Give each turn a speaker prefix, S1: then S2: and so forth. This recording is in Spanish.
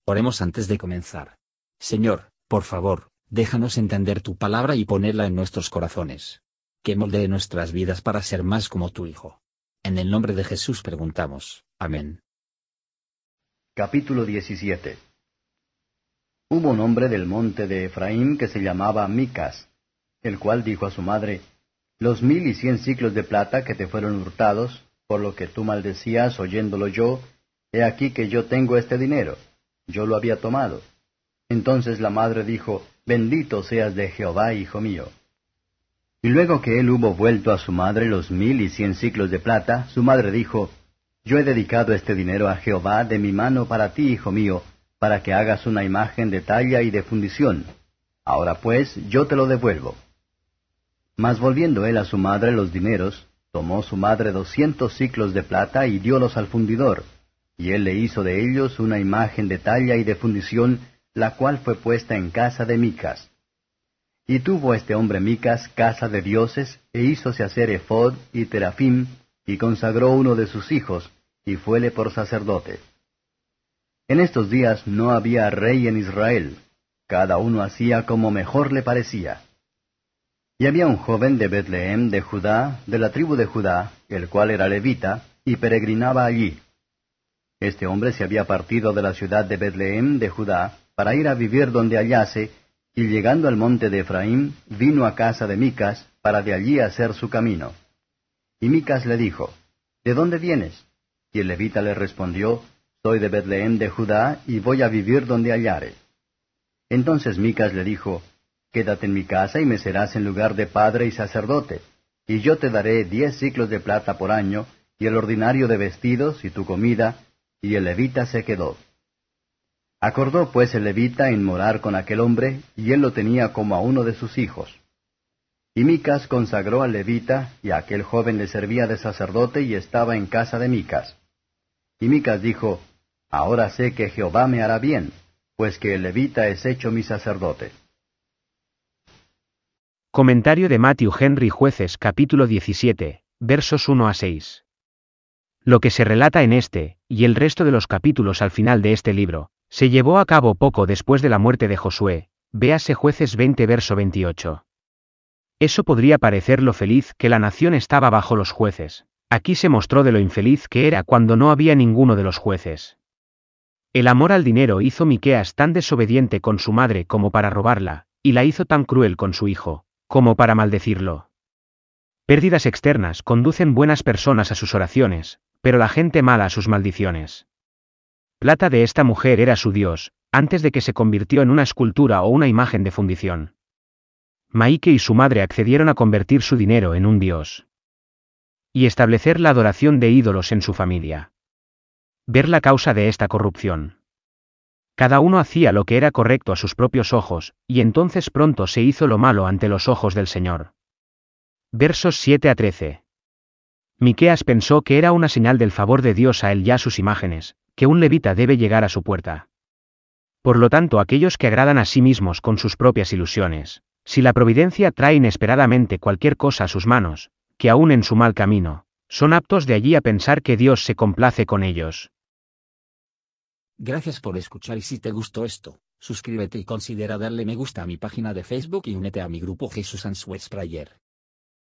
S1: Oremos antes de comenzar. Señor, por favor, déjanos entender tu palabra y ponerla en nuestros corazones. Que moldee nuestras vidas para ser más como tu Hijo. En el nombre de Jesús preguntamos. Amén.
S2: Capítulo 17. Hubo un hombre del monte de Efraín que se llamaba Micas, el cual dijo a su madre, Los 1100 siclos de plata que te fueron hurtados, por lo que tú maldecías oyéndolo yo, he aquí que yo tengo este dinero. Yo lo había tomado. Entonces la madre dijo, Bendito seas de Jehová, hijo mío. Y luego que él hubo vuelto a su madre los 1100 siclos de plata, su madre dijo, Yo he dedicado este dinero a Jehová de mi mano para ti, hijo mío, para que hagas una imagen de talla y de fundición. Ahora pues, yo te lo devuelvo. Mas volviendo él a su madre los dineros, tomó su madre 200 siclos de plata y diólos al fundidor, y él le hizo de ellos una imagen de talla y de fundición, la cual fue puesta en casa de Micas. Y tuvo este hombre Micas casa de dioses, e hízose hacer ephod y terafim, y consagró uno de sus hijos, y fuele por sacerdote. En estos días no había rey en Israel, cada uno hacía como mejor le parecía. Y había un joven de Betlehem de Judá, de la tribu de Judá, el cual era levita, y peregrinaba allí. Este hombre se había partido de la ciudad de Betlehem de Judá, para ir a vivir donde hallase, y llegando al monte de Efraín, vino a casa de Micas, para de allí hacer su camino. Y Micas le dijo, ¿De dónde vienes? Y el levita le respondió, Soy de Betlehem de Judá, y voy a vivir donde hallare. Entonces Micas le dijo, Quédate en mi casa y me serás en lugar de padre y sacerdote, y yo te daré 10 siclos de plata por año, y el ordinario de vestidos y tu comida, y el levita se quedó. Acordó pues el levita en morar con aquel hombre, y él lo tenía como a uno de sus hijos. Y Micas consagró al levita, y a aquel joven le servía de sacerdote y estaba en casa de Micas. Y Micas dijo, Ahora sé que Jehová me hará bien, pues que el levita es hecho mi sacerdote.
S3: Comentario de Matthew Henry Jueces capítulo 17, versos 1 a 6. Lo que se relata en este, y el resto de los capítulos al final de este libro, se llevó a cabo poco después de la muerte de Josué, véase Jueces 20 verso 28. Eso podría parecer lo feliz que la nación estaba bajo los jueces. Aquí se mostró de lo infeliz que era cuando no había ninguno de los jueces. El amor al dinero hizo Miqueas tan desobediente con su madre como para robarla, y la hizo tan cruel con su hijo, como para maldecirlo. Pérdidas externas conducen buenas personas a sus oraciones, pero la gente mala a sus maldiciones. Plata de esta mujer era su Dios, antes de que se convirtió en una escultura o una imagen de fundición. Maike y su madre accedieron a convertir su dinero en un Dios. Y establecer la adoración de ídolos en su familia. Ver la causa de esta corrupción. Cada uno hacía lo que era correcto a sus propios ojos, y entonces pronto se hizo lo malo ante los ojos del Señor. Versos 7 a 13. Miqueas pensó que era una señal del favor de Dios a él y a sus imágenes, que un levita debe llegar a su puerta. Por lo tanto, aquellos que agradan a sí mismos con sus propias ilusiones, si la providencia trae inesperadamente cualquier cosa a sus manos, que aún en su mal camino, son aptos de allí a pensar que Dios se complace con ellos.
S1: Gracias por escuchar y si te gustó esto, suscríbete y considera darle me gusta a mi página de Facebook y únete a mi grupo Jesús Answers Prayer.